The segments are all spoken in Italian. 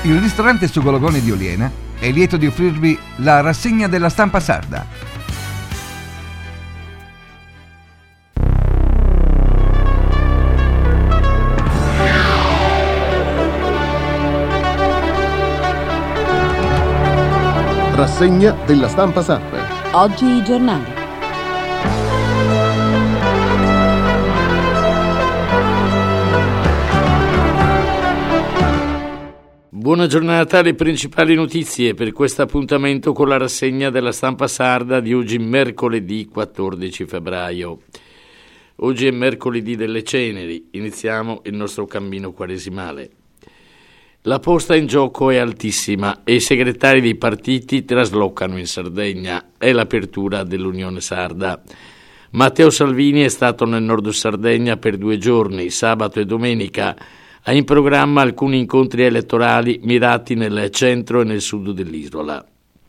Il ristorante Sugologoni di Oliena è lieto di offrirvi la rassegna della stampa sarda. Rassegna della stampa sarda. Oggi i giornali. Buona giornata, alle principali notizie per questo appuntamento con la rassegna della stampa sarda di oggi, mercoledì 14 febbraio. Oggi è mercoledì delle ceneri, iniziamo il nostro cammino quaresimale. La posta in gioco è altissima e i segretari dei partiti traslocano in Sardegna, è l'apertura dell'Unione Sarda. Matteo Salvini è stato nel nord Sardegna per 2 giorni, sabato e domenica. Ha in programma alcuni incontri elettorali mirati nel centro e nel sud dell'isola.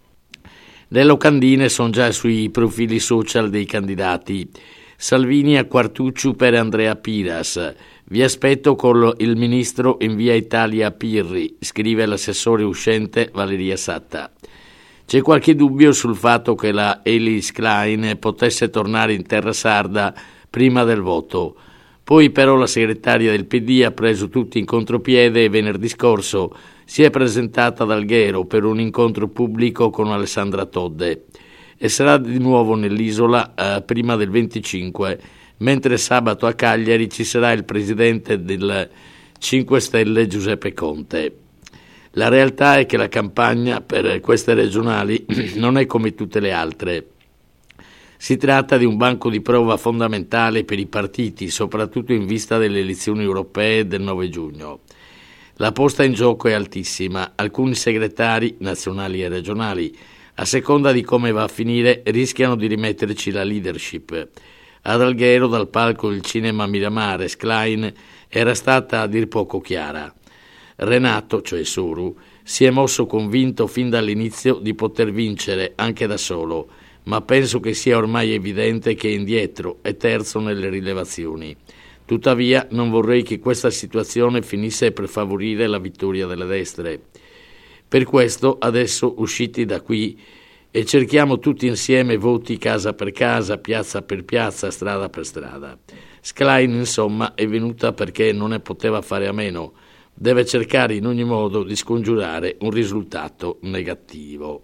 Le locandine sono già sui profili social dei candidati. Salvini a Quartucciu per Andrea Piras. Vi aspetto con il ministro in via Italia a Pirri, scrive l'assessore uscente Valeria Satta. C'è qualche dubbio sul fatto che la Elis Klein potesse tornare in terra sarda prima del voto. Poi però la segretaria del PD ha preso tutti in contropiede e venerdì scorso si è presentata ad Alghero per un incontro pubblico con Alessandra Todde e sarà di nuovo nell'isola prima del 25, mentre sabato a Cagliari ci sarà il presidente del 5 Stelle Giuseppe Conte. La realtà è che la campagna per queste regionali non è come tutte le altre. Si tratta di un banco di prova fondamentale per i partiti, soprattutto in vista delle elezioni europee del 9 giugno. La posta in gioco è altissima. Alcuni segretari, nazionali e regionali, a seconda di come va a finire, rischiano di rimetterci la leadership. Ad Alghero, dal palco del cinema Miramares, Klein era stata a dir poco chiara. Renato, cioè Soru, si è mosso convinto fin dall'inizio di poter vincere anche da solo, ma penso che sia ormai evidente che è indietro, è terzo nelle rilevazioni. Tuttavia non vorrei che questa situazione finisse per favorire la vittoria delle destre. Per questo adesso, usciti da qui, e cerchiamo tutti insieme voti casa per casa, piazza per piazza, strada per strada. Schlein, insomma, è venuta perché non ne poteva fare a meno. Deve cercare in ogni modo di scongiurare un risultato negativo.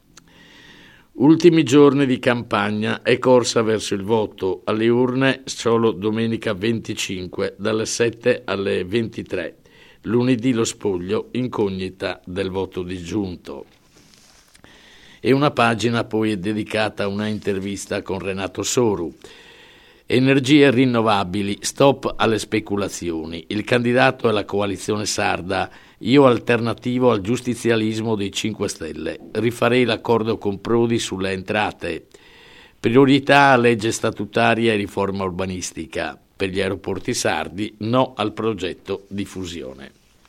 Ultimi giorni di campagna e corsa verso il voto. Alle urne solo domenica 25, dalle 7 alle 23. Lunedì lo spoglio, incognita del voto disgiunto. E una pagina poi è dedicata a una intervista con Renato Soru. Energie rinnovabili, stop alle speculazioni. Il candidato è la coalizione sarda. Io alternativo al giustizialismo dei 5 Stelle. Rifarei l'accordo con Prodi sulle entrate. Priorità a legge statutaria e riforma urbanistica. Per gli aeroporti sardi, no al progetto di fusione.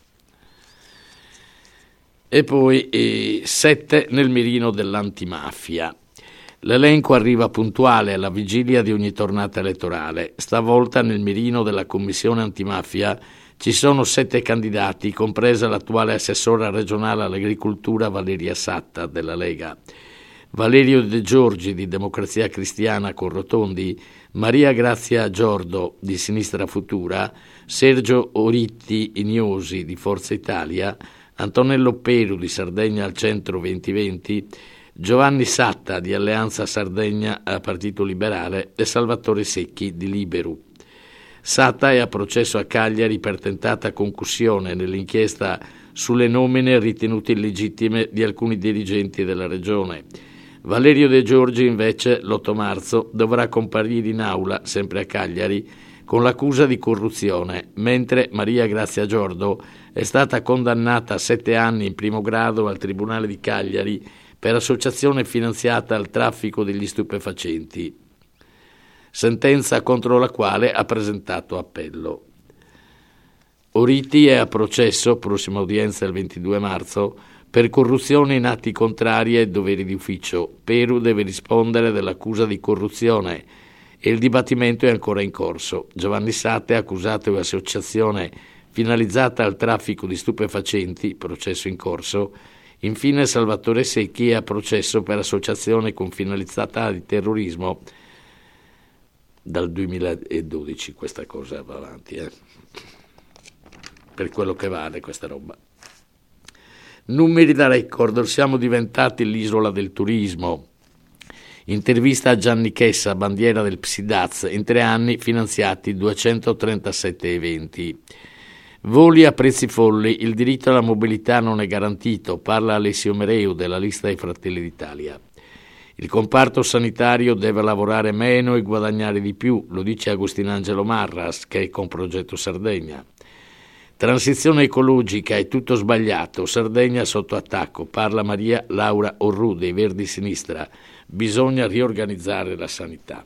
E poi 7 nel mirino dell'antimafia. L'elenco arriva puntuale alla vigilia di ogni tornata elettorale. Stavolta nel mirino della Commissione Antimafia ci sono 7 candidati, compresa l'attuale assessora regionale all'agricoltura Valeria Satta della Lega, Valerio De Giorgi di Democrazia Cristiana con Rotondi, Maria Grazia Giordo di Sinistra Futura, Sergio Oritti Ignosi di Forza Italia, Antonello Peru di Sardegna al Centro 2020, Giovanni Satta di Alleanza Sardegna a Partito Liberale e Salvatore Secchi di Liberu. Satta è a processo a Cagliari per tentata concussione nell'inchiesta sulle nomine ritenute illegittime di alcuni dirigenti della regione. Valerio De Giorgi invece l'8 marzo dovrà comparire in aula, sempre a Cagliari, con l'accusa di corruzione, mentre Maria Grazia Giordo è stata condannata a 7 anni in primo grado al Tribunale di Cagliari per associazione finanziata al traffico degli stupefacenti, sentenza contro la quale ha presentato appello. Oriti è a processo, prossima udienza il 22 marzo, per corruzione in atti contrari ai doveri di ufficio. Peru deve rispondere dell'accusa di corruzione e il dibattimento è ancora in corso. Giovanni Satta è accusato di associazione finalizzata al traffico di stupefacenti, processo in corso. Infine Salvatore Secchi è a processo per associazione con finalità di terrorismo dal 2012. Questa cosa va avanti, per quello che vale questa roba. Numeri da record, siamo diventati l'isola del turismo. Intervista a Gianni Chessa, bandiera del Psidaz, in 3 anni finanziati 237 eventi. Voli a prezzi folli, il diritto alla mobilità non è garantito, parla Alessio Mereu della lista dei Fratelli d'Italia. Il comparto sanitario deve lavorare meno e guadagnare di più, lo dice Agostinangelo Marras, che è con Progetto Sardegna. Transizione ecologica è tutto sbagliato, Sardegna sotto attacco, parla Maria Laura Orru dei Verdi Sinistra. Bisogna riorganizzare la sanità.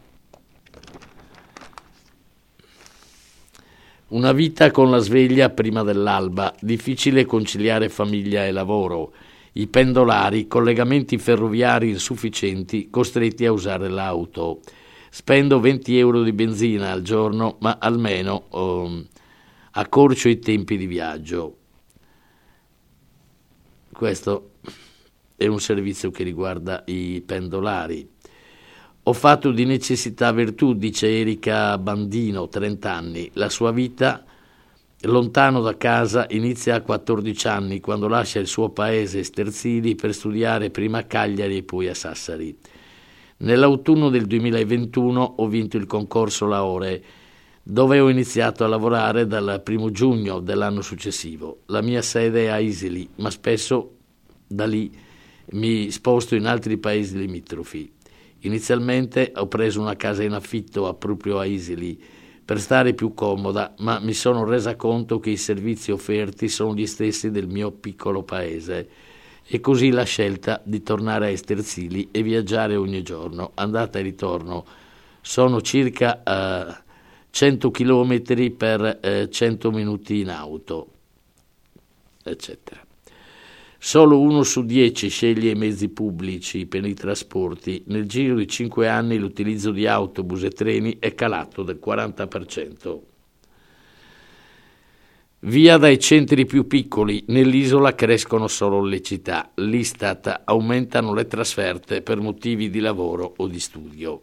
Una vita con la sveglia prima dell'alba, difficile conciliare famiglia e lavoro. I pendolari, collegamenti ferroviari insufficienti, costretti a usare l'auto. Spendo 20 euro di benzina al giorno, ma almeno accorcio i tempi di viaggio. Questo è un servizio che riguarda i pendolari. Ho fatto di necessità virtù, dice Erika Bandino, 30 anni. La sua vita lontano da casa inizia a 14 anni, quando lascia il suo paese Sterzili per studiare prima a Cagliari e poi a Sassari. Nell'autunno del 2021 ho vinto il concorso Lauree, dove ho iniziato a lavorare dal 1 giugno dell'anno successivo. La mia sede è a Isili, ma spesso da lì mi sposto in altri paesi limitrofi. Inizialmente ho preso una casa in affitto proprio a Isili per stare più comoda, ma mi sono resa conto che i servizi offerti sono gli stessi del mio piccolo paese e così la scelta di tornare a Esterzili e viaggiare ogni giorno, andata e ritorno. Sono circa 100 chilometri per 100 minuti in auto, eccetera. Solo 1 su 10 sceglie i mezzi pubblici per i trasporti. Nel giro di 5 anni l'utilizzo di autobus e treni è calato del 40%. Via dai centri più piccoli, nell'isola crescono solo le città. L'Istat aumentano le trasferte per motivi di lavoro o di studio.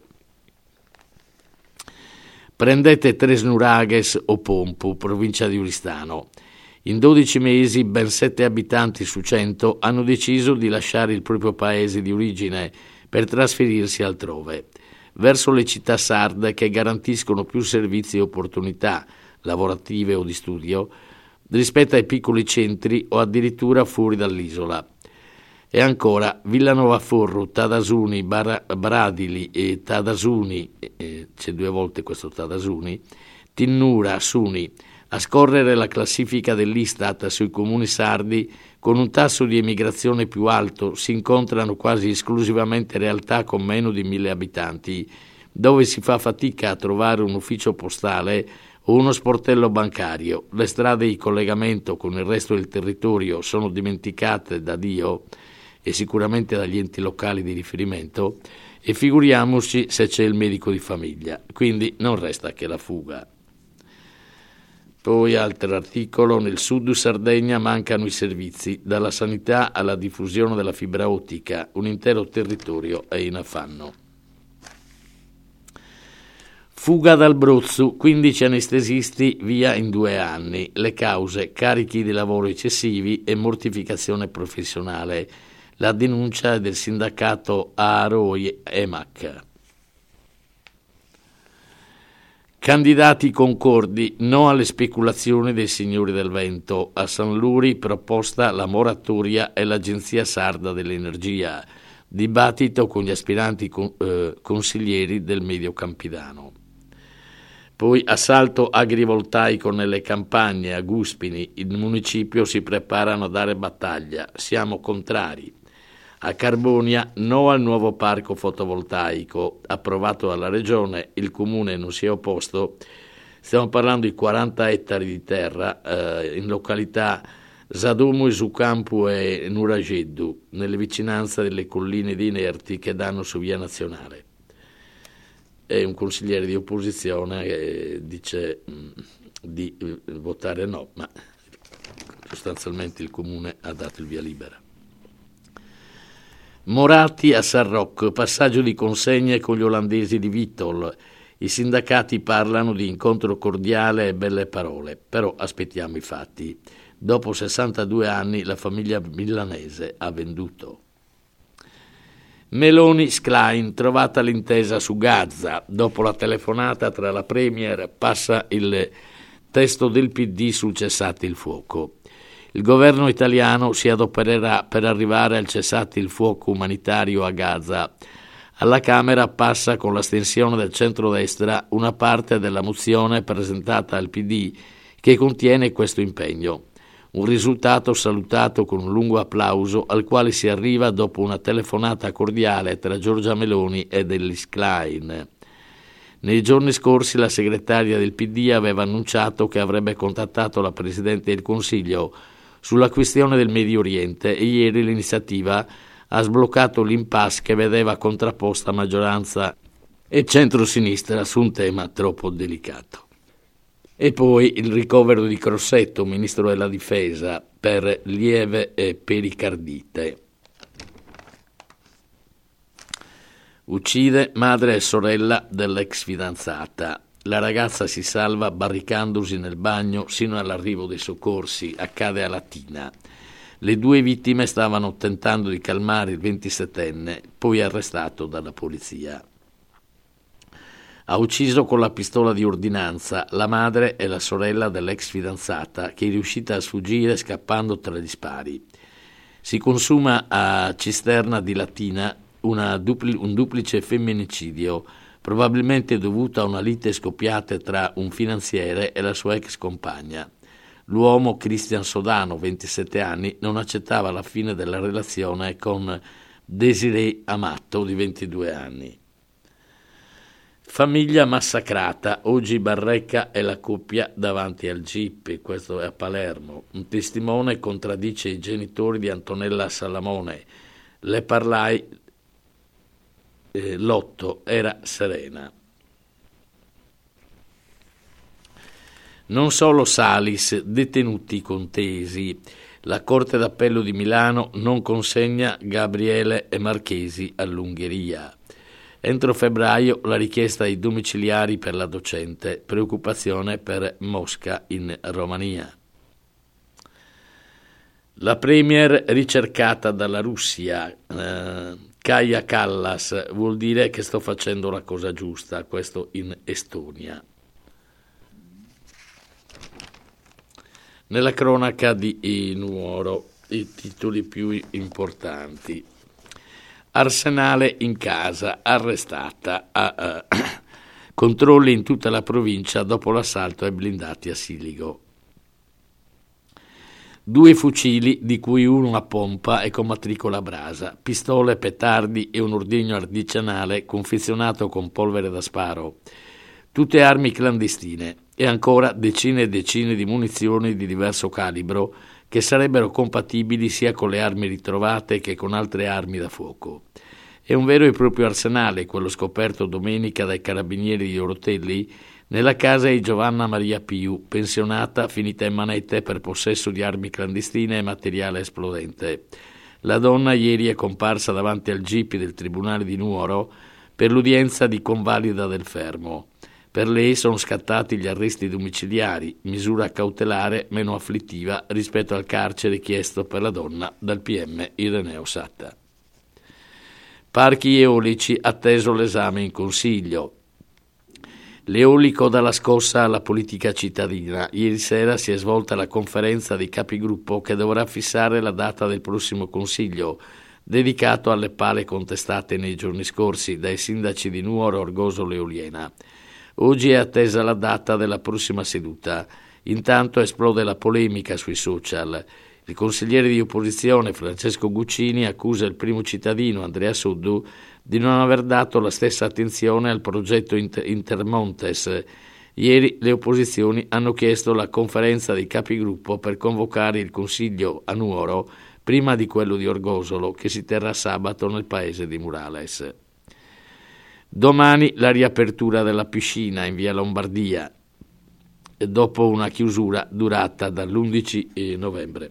Prendete Tresnurages o Pompu, provincia di Oristano. In 12 mesi ben 7 abitanti su 100 hanno deciso di lasciare il proprio paese di origine per trasferirsi altrove, verso le città sarde che garantiscono più servizi e opportunità lavorative o di studio rispetto ai piccoli centri o addirittura fuori dall'isola. E ancora Villanova Forru, Tadasuni, Bradili e Tadasuni, c'è 2 volte questo Tadasuni, Tinnura, Suni. A scorrere la classifica dell'Istat sui comuni sardi, con un tasso di emigrazione più alto, si incontrano quasi esclusivamente realtà con meno di 1000 abitanti, dove si fa fatica a trovare un ufficio postale o uno sportello bancario. Le strade di collegamento con il resto del territorio sono dimenticate da Dio e sicuramente dagli enti locali di riferimento, e figuriamoci se c'è il medico di famiglia. Quindi non resta che la fuga. Poi altro articolo, nel sud Sardegna mancano i servizi, dalla sanità alla diffusione della fibra ottica, un intero territorio è in affanno. Fuga dall'Abruzzo, 15 anestesisti via in 2 anni, le cause, carichi di lavoro eccessivi e mortificazione professionale, la denuncia è del sindacato Aaroi EMAC. Candidati concordi, no alle speculazioni dei signori del vento. A San Luri proposta la moratoria e l'Agenzia Sarda dell'Energia. Dibattito con gli aspiranti consiglieri del Medio Campidano. Poi assalto agrivoltaico nelle campagne a Guspini. Il municipio si preparano a dare battaglia. Siamo contrari. A Carbonia no al nuovo parco fotovoltaico approvato dalla regione, il comune non si è opposto. Stiamo parlando di 40 ettari di terra in località Sadomo, Isucampu e Nurageddu, nelle vicinanze delle colline di inerti che danno su via nazionale. E un consigliere di opposizione dice di votare no, ma sostanzialmente il Comune ha dato il via libera. Moratti a San Rocco, passaggio di consegne con gli olandesi di Vittel. I sindacati parlano di incontro cordiale e belle parole, però aspettiamo i fatti. Dopo 62 anni la famiglia milanese ha venduto. Meloni-Schlein, trovata l'intesa su Gaza. Dopo la telefonata tra la Premier passa il testo del PD sul cessate il fuoco. Il governo italiano si adopererà per arrivare al cessate il fuoco umanitario a Gaza. Alla Camera passa con l'astensione del centrodestra una parte della mozione presentata al PD che contiene questo impegno. Un risultato salutato con un lungo applauso al quale si arriva dopo una telefonata cordiale tra Giorgia Meloni e Ellis Schlein. Nei giorni scorsi la segretaria del PD aveva annunciato che avrebbe contattato la Presidente del Consiglio sulla questione del Medio Oriente e ieri l'iniziativa ha sbloccato l'impasse che vedeva contrapposta maggioranza e centrosinistra su un tema troppo delicato. E poi il ricovero di Crosetto, ministro della Difesa, per lieve pericardite. Uccide madre e sorella dell'ex fidanzata. La ragazza si salva barricandosi nel bagno sino all'arrivo dei soccorsi, accade a Latina. Le due vittime stavano tentando di calmare il 27enne, poi arrestato dalla polizia. Ha ucciso con la pistola di ordinanza la madre e la sorella dell'ex fidanzata, che è riuscita a sfuggire scappando tra gli spari. Si consuma a Cisterna di Latina un duplice femminicidio, probabilmente dovuto a una lite scoppiata tra un finanziere e la sua ex compagna. L'uomo, Cristian Sodano, 27 anni, non accettava la fine della relazione con Desiree Amato, di 22 anni. Famiglia massacrata, oggi Barrecca e la coppia davanti al GIP, questo è a Palermo. Un testimone contraddice i genitori di Antonella Salamone. Le parlai, l'otto era serena. Non solo Salis, detenuti contesi. La Corte d'Appello di Milano non consegna Gabriele e Marchesi all'Ungheria. Entro febbraio la richiesta ai domiciliari per la docente, preoccupazione per Mosca in Romania. La Premier ricercata dalla Russia, Kaja Kallas, vuol dire che sto facendo la cosa giusta, questo in Estonia. Nella cronaca di Nuoro, i titoli più importanti. Arsenale in casa, arrestata, controlli in tutta la provincia dopo l'assalto ai blindati a Siligo. 2 fucili, di cui uno a pompa e con matricola a brasa, pistole, petardi e un ordigno artigianale confezionato con polvere da sparo. Tutte armi clandestine e ancora decine e decine di munizioni di diverso calibro che sarebbero compatibili sia con le armi ritrovate che con altre armi da fuoco. È un vero e proprio arsenale quello scoperto domenica dai carabinieri di Orotelli nella casa di Giovanna Maria Piu, pensionata finita in manette per possesso di armi clandestine e materiale esplodente. La donna ieri è comparsa davanti al GIP del Tribunale di Nuoro per l'udienza di convalida del fermo. Per lei sono scattati gli arresti domiciliari, misura cautelare meno afflittiva rispetto al carcere chiesto per la donna dal PM Ireneo Satta. Parchi eolici, atteso l'esame in Consiglio. L'eolico dà la scossa alla politica cittadina. Ieri sera si è svolta la conferenza dei capigruppo che dovrà fissare la data del prossimo Consiglio, dedicato alle pale contestate nei giorni scorsi dai sindaci di Nuoro, Orgosolo e Oliena. Oggi è attesa la data della prossima seduta. Intanto esplode la polemica sui social. Il consigliere di opposizione Francesco Guccini accusa il primo cittadino Andrea Suddu di non aver dato la stessa attenzione al progetto Intermontes. Ieri le opposizioni hanno chiesto la conferenza dei capigruppo per convocare il Consiglio a Nuoro prima di quello di Orgosolo, che si terrà sabato nel paese di Murales. Domani la riapertura della piscina in via Lombardia. dopo una chiusura durata dall'11 novembre.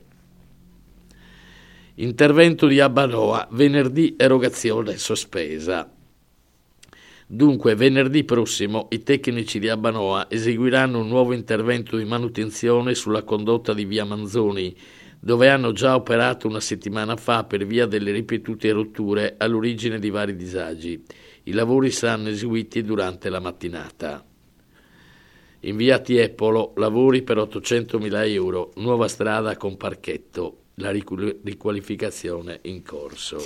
Intervento di Abbanoa, venerdì erogazione sospesa. Dunque, venerdì prossimo i tecnici di Abbanoa eseguiranno un nuovo intervento di manutenzione sulla condotta di via Manzoni, dove hanno già operato una settimana fa per via delle ripetute rotture all'origine di vari disagi. I lavori saranno eseguiti durante la mattinata. In via Tiepolo, lavori per 800.000 euro, nuova strada con parchetto, la riqualificazione in corso.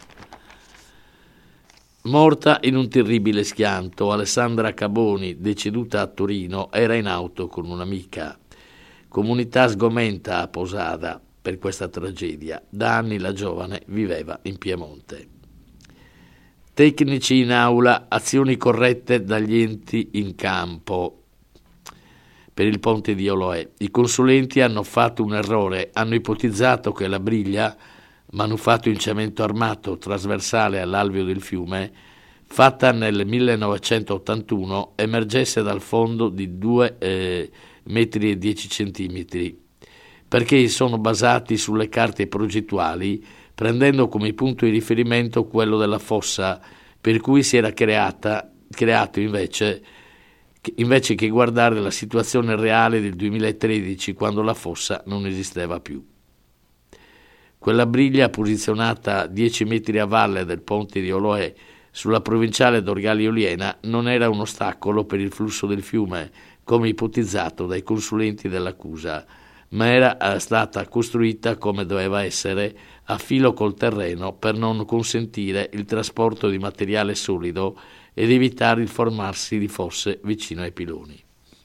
Morta in un terribile schianto, Alessandra Caboni, deceduta a Torino, era in auto con un'amica. Comunità sgomenta a Posada per questa tragedia. Da anni la giovane viveva in Piemonte. Tecnici in aula, azioni corrette dagli enti in campo per il ponte di Oloè. I consulenti hanno fatto un errore, hanno ipotizzato che la briglia, manufatto in cemento armato trasversale all'alveo del fiume, fatta nel 1981, emergesse dal fondo di 2,10 metri, perché sono basati sulle carte progettuali, prendendo come punto di riferimento quello della fossa, per cui si era creato invece che guardare la situazione reale del 2013, quando la fossa non esisteva più. Quella briglia, posizionata 10 metri a valle del ponte di Oloè sulla provinciale Dorgali-Oliena, non era un ostacolo per il flusso del fiume, come ipotizzato dai consulenti dell'accusa, ma era stata costruita come doveva essere, a filo col terreno, per non consentire il trasporto di materiale solido ed evitare il formarsi di fosse vicino ai piloni.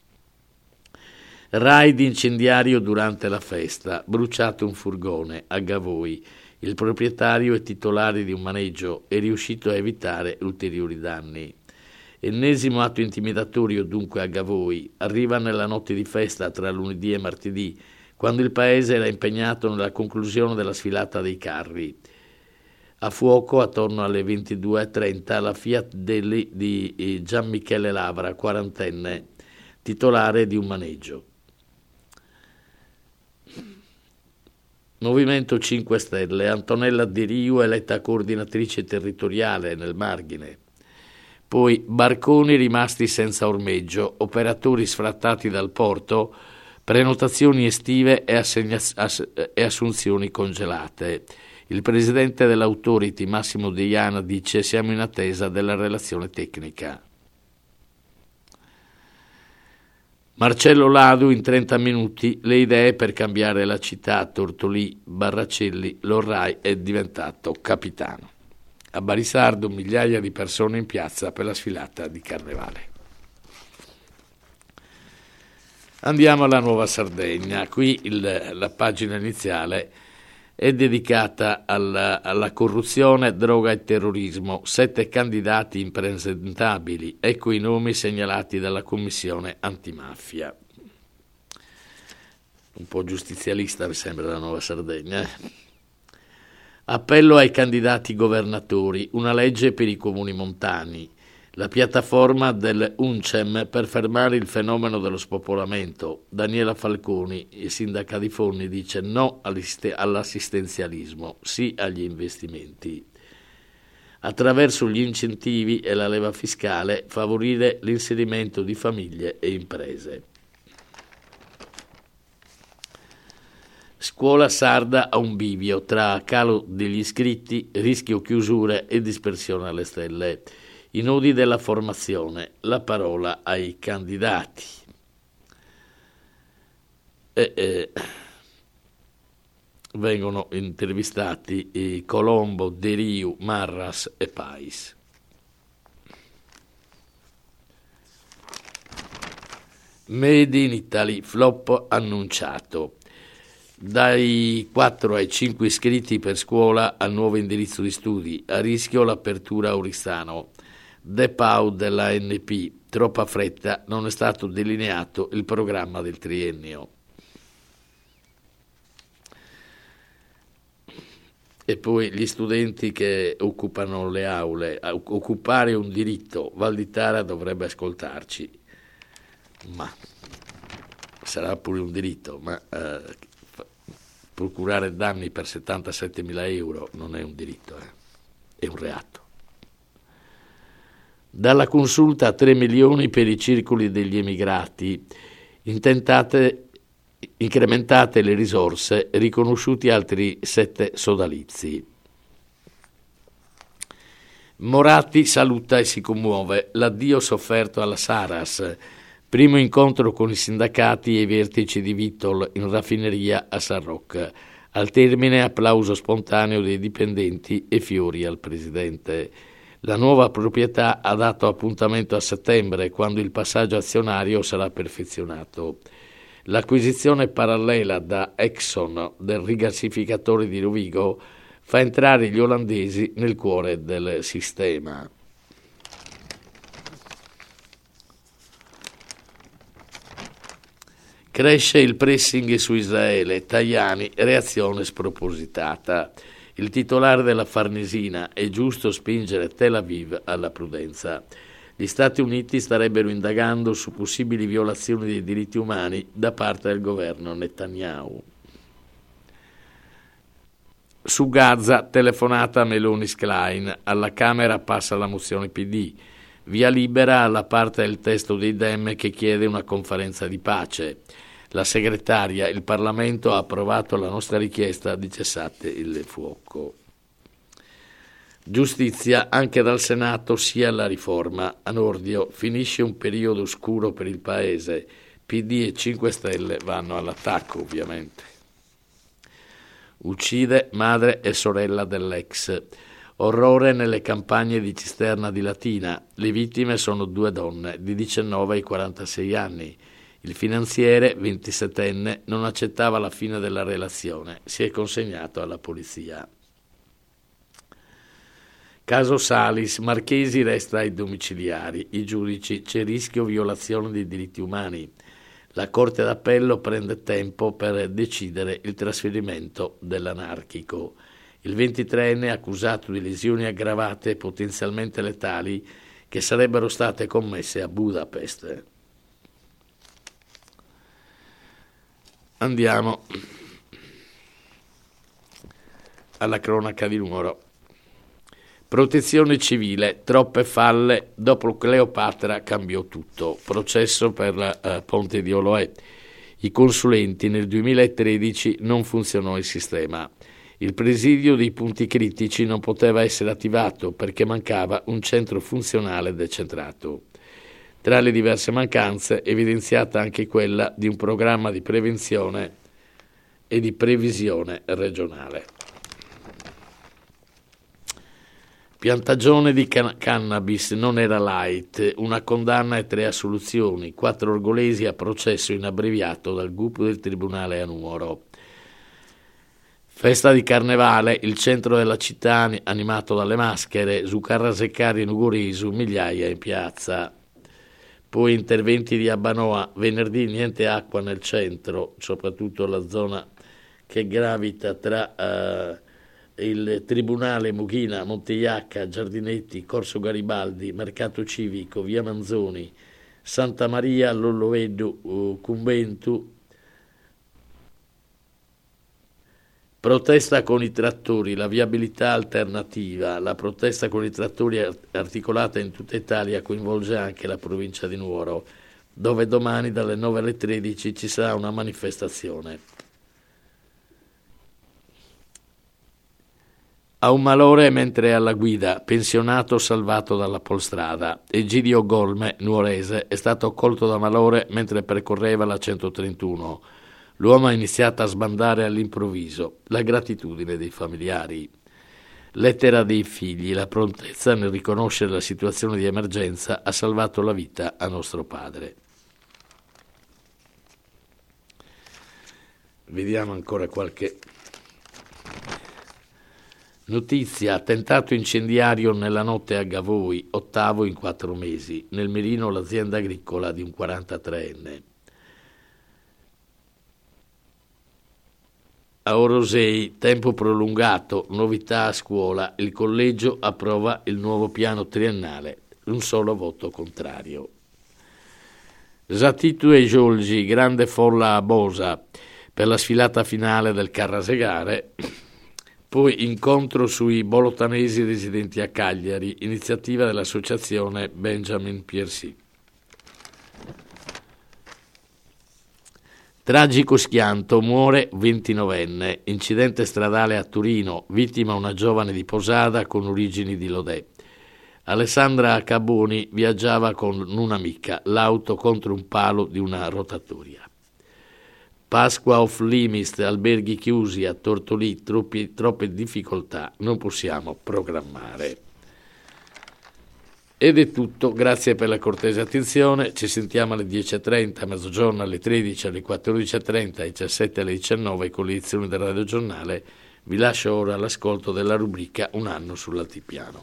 Raid incendiario durante la festa, bruciato un furgone a Gavoi. Il proprietario e titolare di un maneggio è riuscito a evitare ulteriori danni. Ennesimo atto intimidatorio dunque a Gavoi, arriva nella notte di festa tra lunedì e martedì, quando il paese era impegnato nella conclusione della sfilata dei carri. A fuoco, attorno alle 22:30, la Fiat Delli di Gian Michele Lavra, quarantenne, titolare di un maneggio. Movimento 5 Stelle, Antonella De Riu eletta coordinatrice territoriale nel Marghine. Poi barconi rimasti senza ormeggio, operatori sfrattati dal porto, prenotazioni estive e assunzioni congelate. Il presidente dell'Authority, Massimo Deiana, dice: siamo in attesa della relazione tecnica. Marcello Ladu, in 30 minuti, le idee per cambiare la città. Tortolì, Barracelli, Lorrai è diventato capitano. A Barisardo migliaia di persone in piazza per la sfilata di Carnevale. Andiamo alla Nuova Sardegna. Qui la pagina iniziale è dedicata alla corruzione, droga e terrorismo. 7 candidati impresentabili. Ecco i nomi segnalati dalla Commissione Antimafia. Un po' giustizialista mi sembra la Nuova Sardegna. Appello ai candidati governatori. Una legge per i comuni montani. La piattaforma del UNCEM per fermare il fenomeno dello spopolamento. Daniela Falconi, sindaca di Forni, dice no all'assistenzialismo, sì agli investimenti. Attraverso gli incentivi e la leva fiscale favorire l'inserimento di famiglie e imprese. Scuola sarda a un bivio tra calo degli iscritti, rischio chiusure e dispersione alle stelle. I nodi della formazione, la parola ai candidati. Vengono intervistati Colombo, De Riu, Marras e Pais. Made in Italy, flop annunciato. Dai 4 ai 5 iscritti per scuola al nuovo indirizzo di studi, a rischio l'apertura a Oristano. Depau dell'ANP, troppa fretta, non è stato delineato il programma del triennio. E poi gli studenti che occupano le aule, occupare un diritto, Valditara dovrebbe ascoltarci, ma sarà pure un diritto, ma procurare danni per 77.000 euro non è un diritto, è un reato. Dalla consulta a 3 milioni per i circoli degli emigrati, incrementate le risorse, riconosciuti altri 7 sodalizi. Moratti saluta e si commuove, l'addio sofferto alla Saras, primo incontro con i sindacati e i vertici di Vitol in raffineria a San Roque, al termine applauso spontaneo dei dipendenti e fiori al presidente. La nuova proprietà ha dato appuntamento a settembre, quando il passaggio azionario sarà perfezionato. L'acquisizione parallela da Exxon del rigassificatore di Rovigo fa entrare gli olandesi nel cuore del sistema. Cresce il pressing su Israele, Tajani, reazione spropositata. Il titolare della Farnesina: è giusto spingere Tel Aviv alla prudenza. Gli Stati Uniti starebbero indagando su possibili violazioni dei diritti umani da parte del governo Netanyahu. Su Gaza, telefonata a Meloni-Schlein, alla Camera passa la mozione PD, via libera alla parte del testo dei Dem che chiede una conferenza di pace. La segretaria: il Parlamento ha approvato la nostra richiesta di cessate il fuoco. Giustizia, anche dal Senato sia la riforma. A Nordio, finisce un periodo oscuro per il Paese. PD e 5 Stelle vanno all'attacco, ovviamente. Uccide madre e sorella dell'ex. Orrore nelle campagne di Cisterna di Latina. Le vittime sono 2 donne di 19 e 46 anni. Il finanziere, 27enne, non accettava la fine della relazione. Si è consegnato alla polizia. Caso Salis, Marchesi resta ai domiciliari. I giudici: c'è rischio violazione dei diritti umani. La Corte d'Appello prende tempo per decidere il trasferimento dell'anarchico. Il 23enne accusato di lesioni aggravate potenzialmente letali che sarebbero state commesse a Budapest. Andiamo alla cronaca di Nuoro. Protezione civile, troppe falle, dopo Cleopatra cambiò tutto. Processo per Ponte di Oloè. I consulenti: nel 2013 non funzionò il sistema. Il presidio dei punti critici non poteva essere attivato perché mancava un centro funzionale decentrato. Tra le diverse mancanze, evidenziata anche quella di un programma di prevenzione e di previsione regionale. Piantagione di cannabis, non era light, una condanna e 3 assoluzioni, 4 orgolesi a processo in abbreviato dal GUP del Tribunale a Nuoro. Festa di Carnevale, il centro della città animato dalle maschere, su Carraseccari e Nugoresu, migliaia in piazza. Poi interventi di Abbanoa, venerdì niente acqua nel centro, soprattutto la zona che gravita tra il Tribunale, Mughina, Monteiacca, Giardinetti, Corso Garibaldi, Mercato Civico, Via Manzoni, Santa Maria, Lollovedo, Cumbentu. Protesta con i trattori, la viabilità alternativa. La protesta con i trattori articolata in tutta Italia coinvolge anche la provincia di Nuoro, dove domani dalle 9 alle 13 ci sarà una manifestazione. Ha un malore mentre è alla guida, pensionato salvato dalla polstrada. Egidio Golme, nuorese, è stato colto da malore mentre percorreva la 131. L'uomo ha iniziato a sbandare all'improvviso. La gratitudine dei familiari. Lettera dei figli. La prontezza nel riconoscere la situazione di emergenza ha salvato la vita a nostro padre. Vediamo ancora qualche notizia. Attentato incendiario nella notte a Gavoi, 8° in 4 mesi. Nel mirino l'azienda agricola di un 43enne. A Orosei, tempo prolungato, novità a scuola, il collegio approva il nuovo piano triennale, un solo voto contrario. Zatitu e Giolgi, grande folla a Bosa per la sfilata finale del Carrasegare. Poi incontro sui bolottanesi residenti a Cagliari, iniziativa dell'associazione Benjamin Piercy. Tragico schianto, muore 29enne, incidente stradale a Torino, vittima una giovane di Posada con origini di Lodè. Alessandra Caboni viaggiava con un'amica, l'auto contro un palo di una rotatoria. Pasqua off limits, alberghi chiusi a Tortolì, troppe difficoltà, non possiamo programmare. Ed è tutto, grazie per la cortese attenzione, ci sentiamo alle 10.30, a mezzogiorno, alle 13, alle 14.30, alle 17, alle 19 con le edizioni del Radio Giornale. Vi lascio ora all'ascolto della rubrica Un anno sull'altipiano.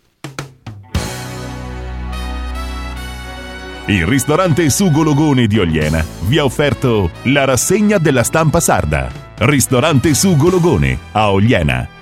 Il ristorante Sugo Logone di Ogliena vi ha offerto la rassegna della stampa sarda. Ristorante Sugo Logone a Ogliena.